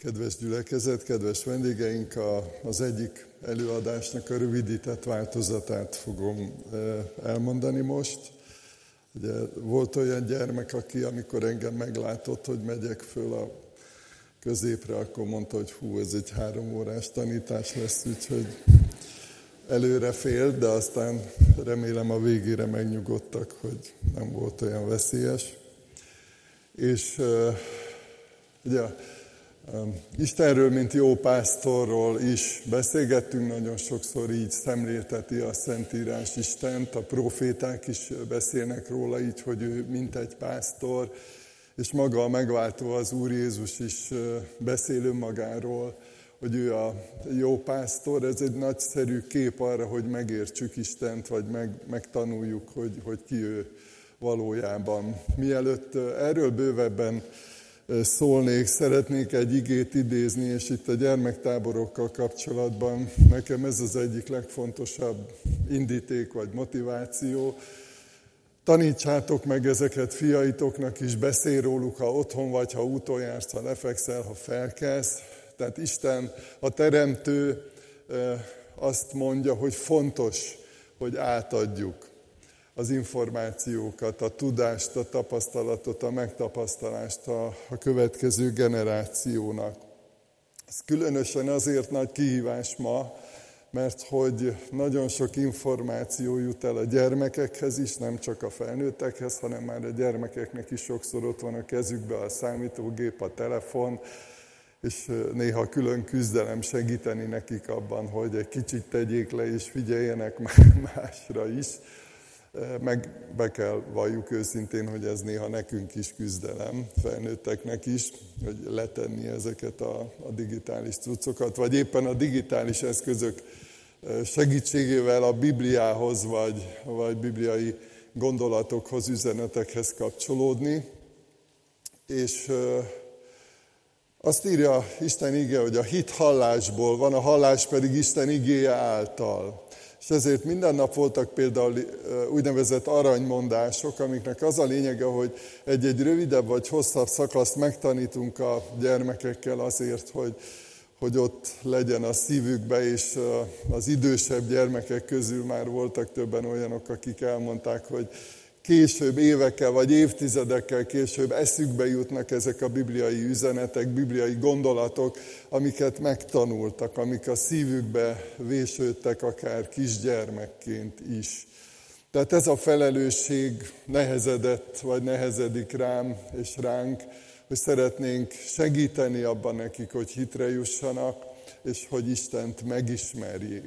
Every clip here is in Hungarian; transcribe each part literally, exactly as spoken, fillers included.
Kedves gyülekezet, kedves vendégeink, az egyik előadásnak a rövidített változatát fogom elmondani most. Ugye volt olyan gyermek, aki amikor engem meglátott, hogy megyek föl a középre, akkor mondta, hogy hú, ez egy három órás tanítás lesz, úgyhogy előre félt, de aztán remélem a végére megnyugodtak, hogy nem volt olyan veszélyes. És ugye Istenről, mint jó pásztorról is beszélgettünk, nagyon sokszor így szemlélteti a Szentírás Istent, a proféták is beszélnek róla így, hogy ő mint egy pásztor, és maga a megváltó, az Úr Jézus is beszél önmagáról, hogy ő a jó pásztor. Ez egy nagyszerű kép arra, hogy megértsük Istent, vagy meg, megtanuljuk, hogy, hogy ki ő valójában. Mielőtt erről bővebben szólnék, szeretnék egy igét idézni, és itt a gyermektáborokkal kapcsolatban nekem ez az egyik legfontosabb indíték vagy motiváció. Tanítsátok meg ezeket fiaitoknak is, beszélj róluk, ha otthon vagy, ha úton jársz, ha lefekszel, ha felkelsz. Tehát Isten, a Teremtő azt mondja, hogy fontos, hogy átadjuk az információkat, a tudást, a tapasztalatot, a megtapasztalást a, a következő generációnak. Ez különösen azért nagy kihívás ma, mert hogy nagyon sok információ jut el a gyermekekhez is, nem csak a felnőttekhez, hanem már a gyermekeknek is sokszor ott van a kezükbe a számítógép, a telefon, és néha külön küzdelem segíteni nekik abban, hogy egy kicsit tegyék le és figyeljenek másra is. Meg be kell valljuk őszintén, hogy ez néha nekünk is küzdelem, felnőtteknek is, hogy letenni ezeket a, a digitális cuccokat, vagy éppen a digitális eszközök segítségével a Bibliához, vagy, vagy bibliai gondolatokhoz, üzenetekhez kapcsolódni. És azt írja Isten igéje, hogy a hit hallásból van, a hallás pedig Isten igéje által. És ezért minden nap voltak például úgynevezett aranymondások, amiknek az a lényege, hogy egy-egy rövidebb vagy hosszabb szakaszt megtanítunk a gyermekekkel azért, hogy, hogy ott legyen a szívükbe, és az idősebb gyermekek közül már voltak többen olyanok, akik elmondták, hogy később, évekkel vagy évtizedekkel később eszükbe jutnak ezek a bibliai üzenetek, bibliai gondolatok, amiket megtanultak, amik a szívükbe vésődtek akár kisgyermekként is. Tehát ez a felelősség nehezedett, vagy nehezedik rám és ránk, hogy szeretnénk segíteni abban nekik, hogy hitre jussanak, és hogy Istent megismerjék.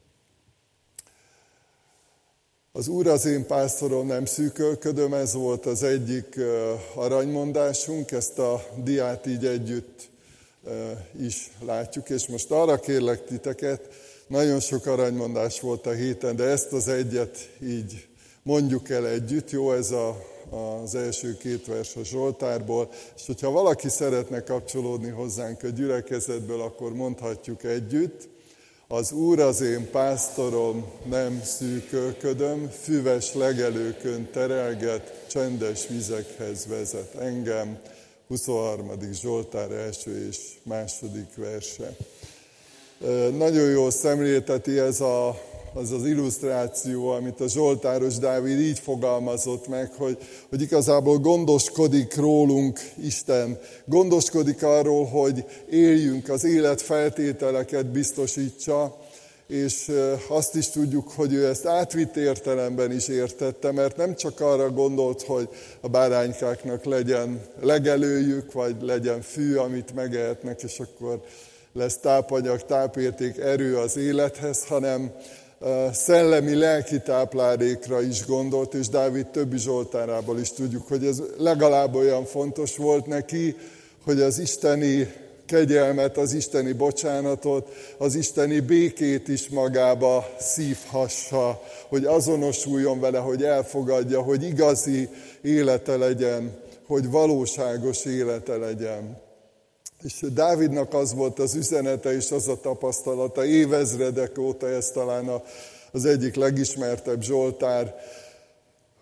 Az Úr az én pásztorom, nem szűkölködöm, ez volt az egyik aranymondásunk, ezt a diát így együtt is látjuk, és most arra kérlek titeket, nagyon sok aranymondás volt a héten, de ezt az egyet így mondjuk el együtt, jó, ez a, az első két vers a Zsoltárból, és hogyha valaki szeretne kapcsolódni hozzánk a gyülekezetből, akkor mondhatjuk együtt. Az Úr az én pásztorom, nem szűkölködöm, füves legelőkön terelget, csendes vizekhez vezet engem. huszonharmadik Zsoltár első és második verse. Nagyon jól szemlélteti ez a, az az illusztráció, amit a zsoltáros Dávid így fogalmazott meg, hogy, hogy igazából gondoskodik rólunk Isten, gondoskodik arról, hogy éljünk, az élet feltételeket biztosítsa, és azt is tudjuk, hogy ő ezt átvitt értelemben is értette, mert nem csak arra gondolt, hogy a báránykáknak legyen legelőjük, vagy legyen fű, amit megehetnek, és akkor lesz tápanyag, tápérték, erő az élethez, hanem szellemi, lelki táplálékra is gondolt, és Dávid többi zsoltárából is tudjuk, hogy ez legalább olyan fontos volt neki, hogy az isteni kegyelmet, az isteni bocsánatot, az isteni békét is magába szívhassa, hogy azonosuljon vele, hogy elfogadja, hogy igazi élete legyen, hogy valóságos élete legyen. És Dávidnak az volt az üzenete és az a tapasztalata, évezredek óta ez talán az egyik legismertebb zsoltár,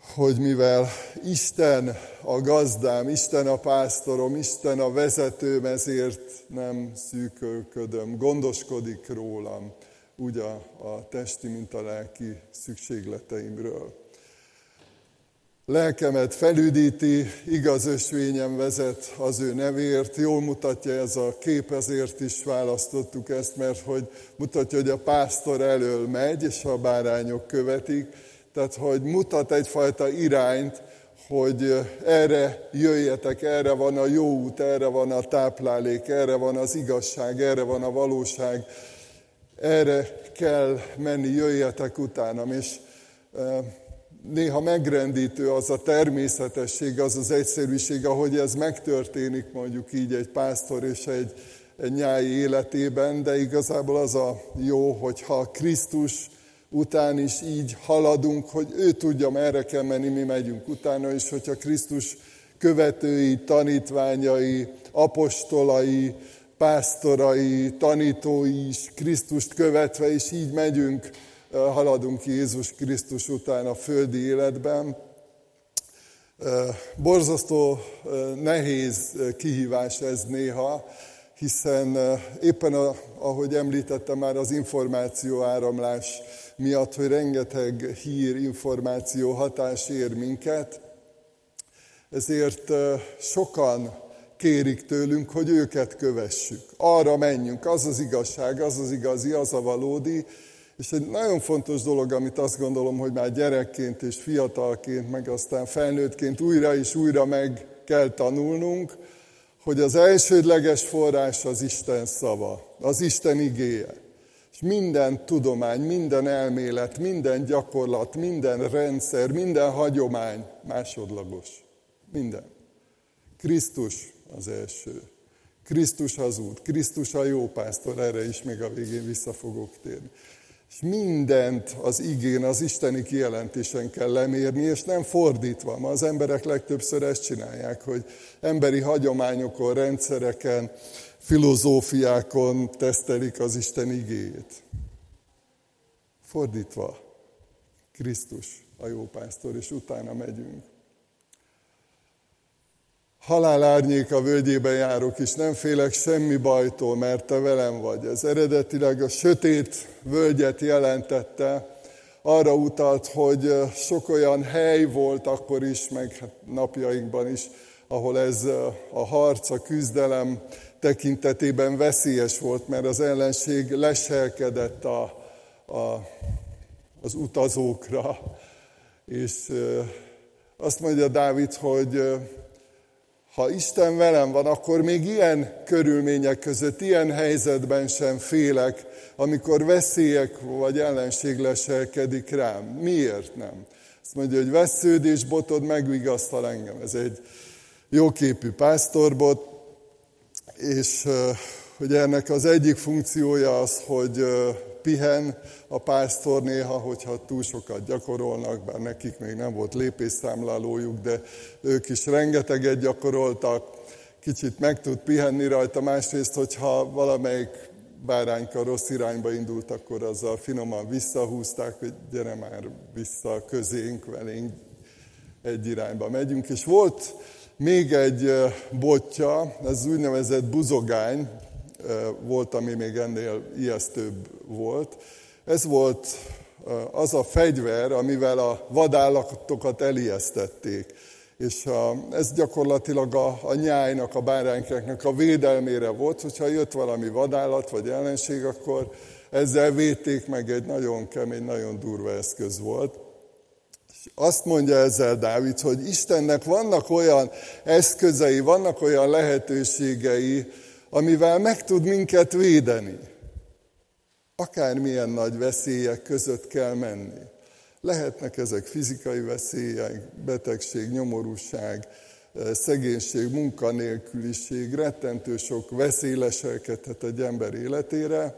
hogy mivel Isten a gazdám, Isten a pásztorom, Isten a vezetőm, ezért nem szűkölködöm, gondoskodik rólam, úgy a, a testi, mint a lelki szükségleteimről. Lelkemet felüdíti, igaz ösvényen vezet az ő nevért. Jól mutatja ez a kép, ezért is választottuk ezt, mert hogy mutatja, hogy a pásztor elől megy, és a bárányok követik. Tehát, hogy mutat egyfajta irányt, hogy erre jöjjetek, erre van a jó út, erre van a táplálék, erre van az igazság, erre van a valóság, erre kell menni, jöjjetek utánam. És néha megrendítő az a természetesség, az az egyszerűség, ahogy ez megtörténik mondjuk így egy pásztor és egy, egy nyáj életében, de igazából az a jó, hogyha Krisztus után is így haladunk, hogy ő tudja, merre kell menni, mi megyünk utána, és hogyha Krisztus követői, tanítványai, apostolai, pásztorai, tanítói is Krisztust követve, és így megyünk, haladunk Jézus Krisztus után a földi életben. Borzasztó nehéz kihívás ez néha, hiszen éppen, ahogy említettem már, az információ áramlás miatt, hogy rengeteg hír, információ, hatás ér minket, ezért sokan kérik tőlünk, hogy őket kövessük. Arra menjünk, az az igazság, az az igazi, az a valódi. És egy nagyon fontos dolog, amit azt gondolom, hogy már gyerekként és fiatalként, meg aztán felnőttként újra és újra meg kell tanulnunk, hogy az elsődleges forrás az Isten szava, az Isten igéje. És minden tudomány, minden elmélet, minden gyakorlat, minden rendszer, minden hagyomány másodlagos. Minden. Krisztus az első. Krisztus az út, Krisztus a jó pásztor, erre is még a végén vissza fogok térni. És mindent az igén, az isteni kijelentésen kell lemérni, és nem fordítva. Ma az emberek legtöbbször ezt csinálják, hogy emberi hagyományokon, rendszereken, filozófiákon tesztelik az Isten igéjét. Fordítva, Krisztus a jó pásztor, és utána megyünk. Halál árnyéka völgyében járok, és nem félek semmi bajtól, mert te velem vagy. Ez eredetileg a sötét völgyet jelentette, arra utalt, hogy sok olyan hely volt akkor is, meg hát napjainkban is, ahol ez a harc, a küzdelem tekintetében veszélyes volt, mert az ellenség leselkedett a, a, az utazókra. És azt mondja Dávid, hogy ha Isten velem van, akkor még ilyen körülmények között, ilyen helyzetben sem félek, amikor veszélyek vagy ellenség leselkedik rám. Miért nem? Azt mondja, hogy vesződés botod megvigasztal engem. Ez egy jóképű pásztorbot, és hogy ennek az egyik funkciója az, hogy pihen a pásztor néha, hogyha túl sokat gyakorolnak, bár nekik még nem volt lépésszámlálójuk, de ők is rengeteget gyakoroltak, kicsit meg tud pihenni rajta. Másrészt, hogyha valamelyik bárányka rossz irányba indult, akkor azzal finoman visszahúzták, hogy gyere már vissza közénk, velénk, egy irányba megyünk. És volt még egy botja, ez úgynevezett buzogány, volt, ami még ennél ijesztőbb volt. Ez volt az a fegyver, amivel a vadállatokat elijesztették. És a, ez gyakorlatilag a, a nyájnak, a báránykáknak a védelmére volt, hogyha jött valami vadállat vagy ellenség, akkor ezzel védték meg, egy nagyon kemény, nagyon durva eszköz volt. És azt mondja ezzel Dávid, hogy Istennek vannak olyan eszközei, vannak olyan lehetőségei, amivel meg tud minket védeni. Akármilyen nagy veszélyek között kell menni. Lehetnek ezek fizikai veszélyek, betegség, nyomorúság, szegénység, munkanélküliség, rettentő sok veszély leselkedhet egy ember életére,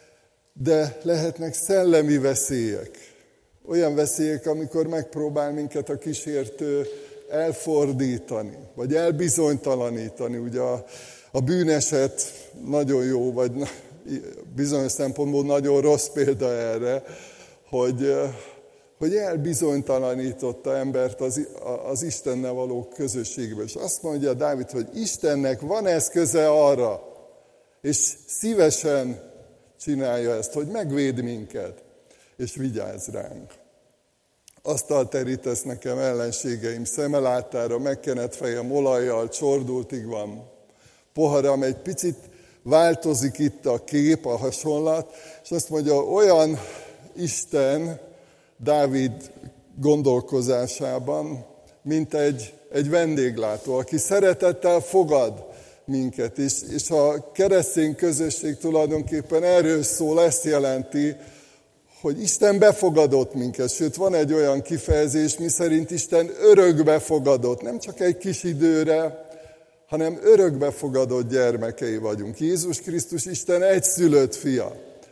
de lehetnek szellemi veszélyek. Olyan veszélyek, amikor megpróbál minket a kísértő elfordítani, vagy elbizonytalanítani. Ugye a, a bűneset nagyon jó, vagy bizonyos szempontból nagyon rossz példa erre, hogy hogy elbizonytalanította embert az, az Istennel való közösségbe. És azt mondja Dávid, hogy Istennek van eszköze arra, és szívesen csinálja ezt, hogy megvéd minket, és vigyáz ránk. Asztalt terítesz nekem ellenségeim szeme láttára, megkenett fejem olajjal, csordultig van poharam, egy picit változik itt a kép, a hasonlat, és azt mondja, olyan Isten Dávid gondolkozásában, mint egy, egy vendéglátó, aki szeretettel fogad minket is, és a keresztény közösség tulajdonképpen erről szól, ezt jelenti, hogy Isten befogadott minket, sőt van egy olyan kifejezés, miszerint Isten örökbe fogadott, nem csak egy kis időre, hanem örökbe fogadott gyermekei vagyunk. Jézus Krisztus Isten egyszülött fia.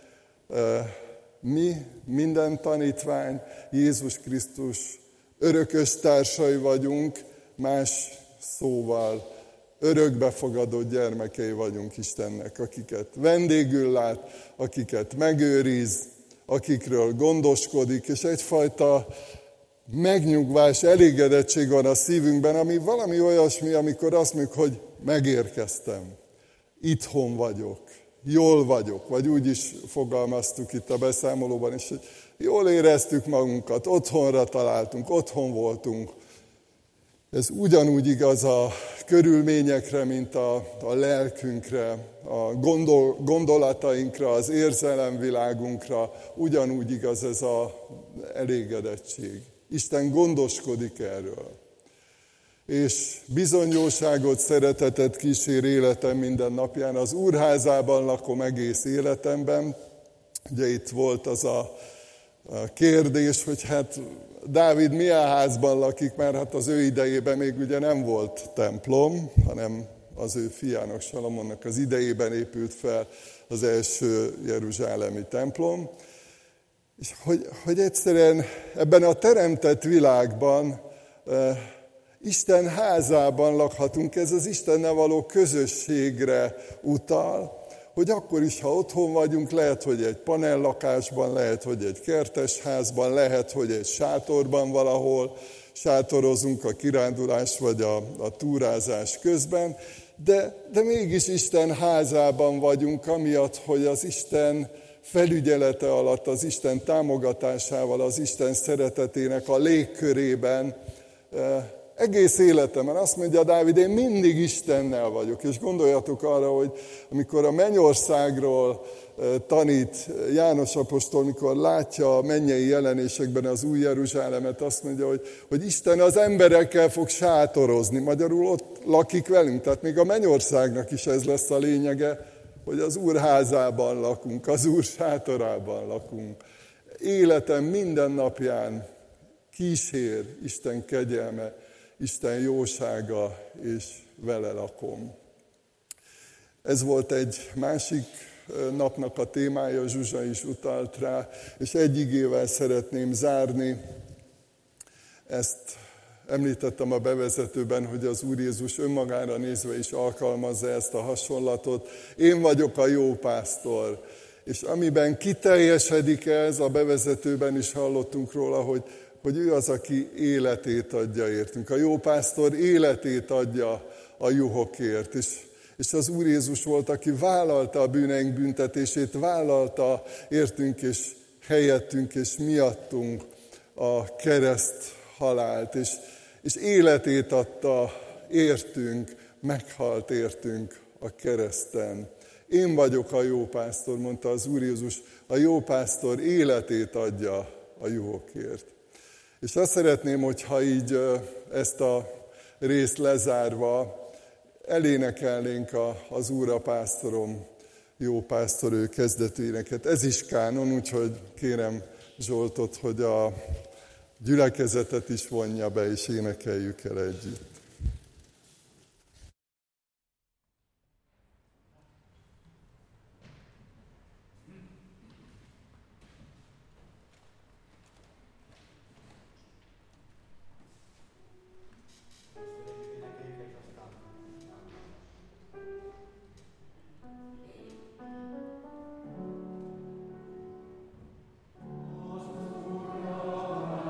Mi, minden tanítvány, Jézus Krisztus örökös társai vagyunk, más szóval örökbefogadott gyermekei vagyunk Istennek, akiket vendégül lát, akiket megőriz, akikről gondoskodik, és egyfajta megnyugvás, elégedettség van a szívünkben, ami valami olyasmi, amikor azt mondjuk, hogy megérkeztem, itthon vagyok, jól vagyok, vagy úgy is fogalmaztuk itt a beszámolóban is, hogy jól éreztük magunkat, otthonra találtunk, otthon voltunk. Ez ugyanúgy igaz a körülményekre, mint a, a lelkünkre, a gondol, gondolatainkra, az érzelemvilágunkra, ugyanúgy igaz ez az elégedettség. Isten gondoskodik erről. És bizonyosságot, szeretetet kísér életem minden napján. Az úrházában lakom egész életemben. Ugye itt volt az a kérdés, hogy hát Dávid milyen házban lakik, mert hát az ő idejében még ugye nem volt templom, hanem az ő fiának, Salamonnak az idejében épült fel az első jeruzsálemi templom. És hogy, hogy egyszerűen ebben a teremtett világban, eh, Isten házában lakhatunk, ez az Istennel való közösségre utal, hogy akkor is, ha otthon vagyunk, lehet, hogy egy panellakásban, lehet, hogy egy kertes házban, lehet, hogy egy sátorban valahol sátorozunk a kirándulás vagy a, a túrázás közben, de, de mégis Isten házában vagyunk, amiatt, hogy az Isten felügyelete alatt, az Isten támogatásával, az Isten szeretetének a légkörében egész életemben azt mondja Dávid, én mindig Istennel vagyok. És gondoljatok arra, hogy amikor a mennyországról tanít János apostol, mikor látja a mennyei jelenésekben az új Jeruzsálemet, azt mondja, hogy, hogy Isten az emberekkel fog sátorozni. Magyarul ott lakik velünk. Tehát még a mennyországnak is ez lesz a lényege, hogy az Úr házában lakunk, az Úr sátorában lakunk. Életem minden napján kísér Isten kegyelme, Isten jósága, és vele lakom. Ez volt egy másik napnak a témája, Zsuzsa is utalt rá, és egy igével szeretném zárni. Ezt említettem a bevezetőben, hogy az Úr Jézus önmagára nézve is alkalmazza ezt a hasonlatot. Én vagyok a jó pásztor. És amiben kiteljesedik ez, a bevezetőben is hallottunk róla, hogy hogy ő az, aki életét adja értünk. A jó pásztor életét adja a juhokért. És, és az Úr Jézus volt, aki vállalta a bűneink büntetését, vállalta értünk és helyettünk és miattunk a kereszt halált. És, és életét adta értünk, meghalt értünk a kereszten. Én vagyok a jó pásztor, mondta az Úr Jézus, a jó pásztor életét adja a juhokért. És azt szeretném, hogyha így ezt a részt lezárva elénekelnénk az Úr a pásztorom, jó pásztor, ő kezdeténeket. Ez is kánon, úgyhogy kérem Zsoltot, hogy a gyülekezetet is vonja be, és énekeljük el együtt. Az Úr a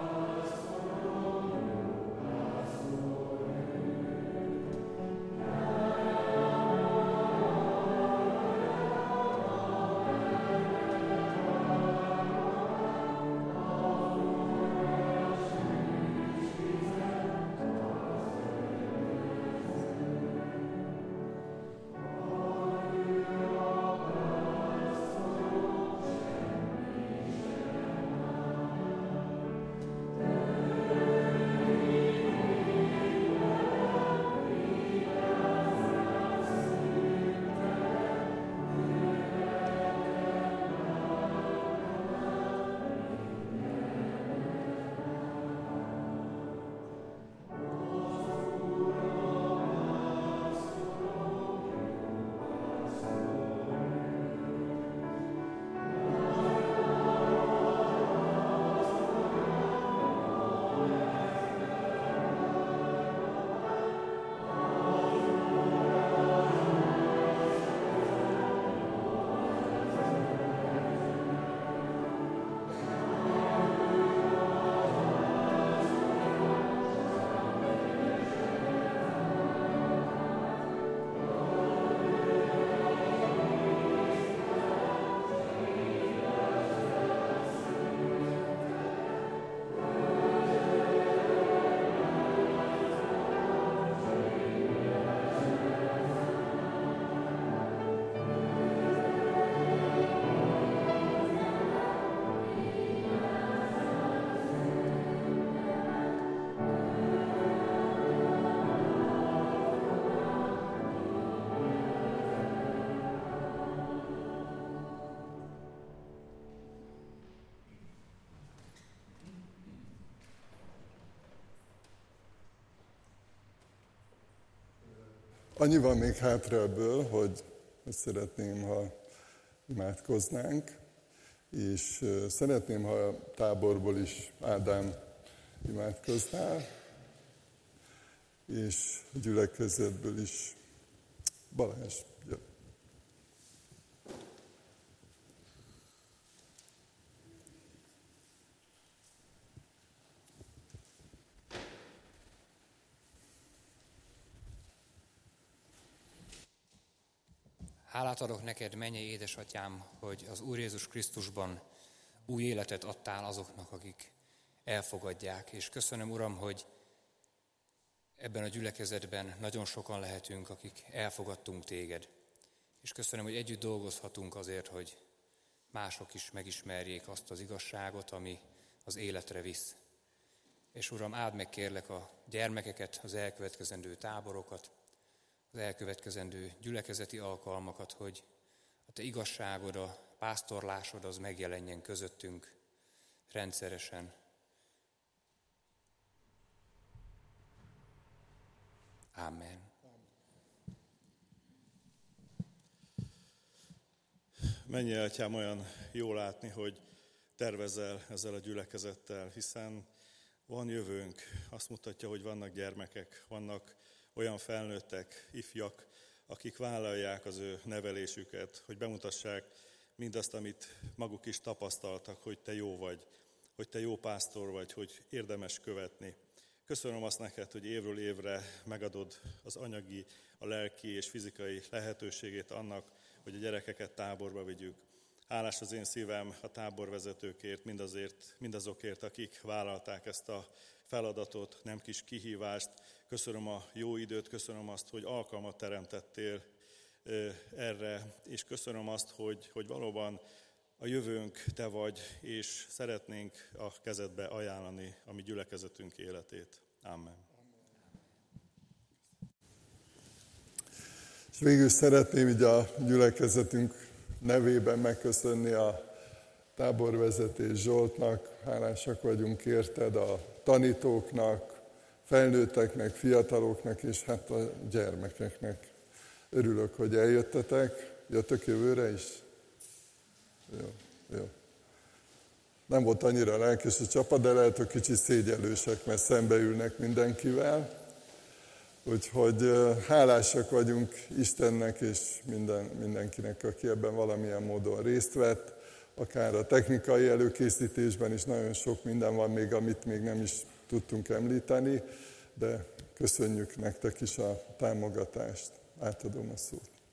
Annyi van még hátra ebből, hogy szeretném, ha imádkoznánk, és szeretném, ha a táborból is Ádám imádkoznál, és a gyülekezetből is Balázs. Ja. Hálát adok neked, mennyei édesatyám, hogy az Úr Jézus Krisztusban új életet adtál azoknak, akik elfogadják. És köszönöm, Uram, hogy ebben a gyülekezetben nagyon sokan lehetünk, akik elfogadtunk téged. És köszönöm, hogy együtt dolgozhatunk azért, hogy mások is megismerjék azt az igazságot, ami az életre visz. És Uram, áld meg kérlek a gyermekeket, az elkövetkezendő táborokat, az elkövetkezendő gyülekezeti alkalmakat, hogy a te igazságod, a pásztorlásod az megjelenjen közöttünk rendszeresen. Amen. Mennyei Atyám, olyan jó látni, hogy tervezel ezzel a gyülekezettel, hiszen van jövőnk, azt mutatja, hogy vannak gyermekek, vannak olyan felnőttek, ifjak, akik vállalják az ő nevelésüket, hogy bemutassák mindazt, amit maguk is tapasztaltak, hogy te jó vagy, hogy te jó pásztor vagy, hogy érdemes követni. Köszönöm azt neked, hogy évről évre megadod az anyagi, a lelki és fizikai lehetőségét annak, hogy a gyerekeket táborba vigyük. Hálás az én szívem a táborvezetőkért, mindazért, mindazokért, akik vállalták ezt a feladatot, nem kis kihívást. Köszönöm a jó időt, köszönöm azt, hogy alkalmat teremtettél erre, és köszönöm azt, hogy, hogy valóban a jövőnk te vagy, és szeretnénk a kezedbe ajánlani a mi gyülekezetünk életét. Amen. És végül szeretném így a gyülekezetünk nevében megköszönni a táborvezetés Zsoltnak. Hálásak vagyunk érted, a tanítóknak, felnőtteknek, fiataloknak és hát a gyermekeknek. Örülök, hogy eljöttetek. Jöttök jövőre is? Jó, jó. Nem volt annyira lelkes a csapat, de lehet, hogy kicsit szégyellősek, mert szembeülnek mindenkivel. Úgyhogy hálásak vagyunk Istennek és minden, mindenkinek, aki ebben valamilyen módon részt vett. Akár a technikai előkészítésben is nagyon sok minden van még, amit még nem is tudtunk említeni, de köszönjük nektek is a támogatást. Átadom a szót.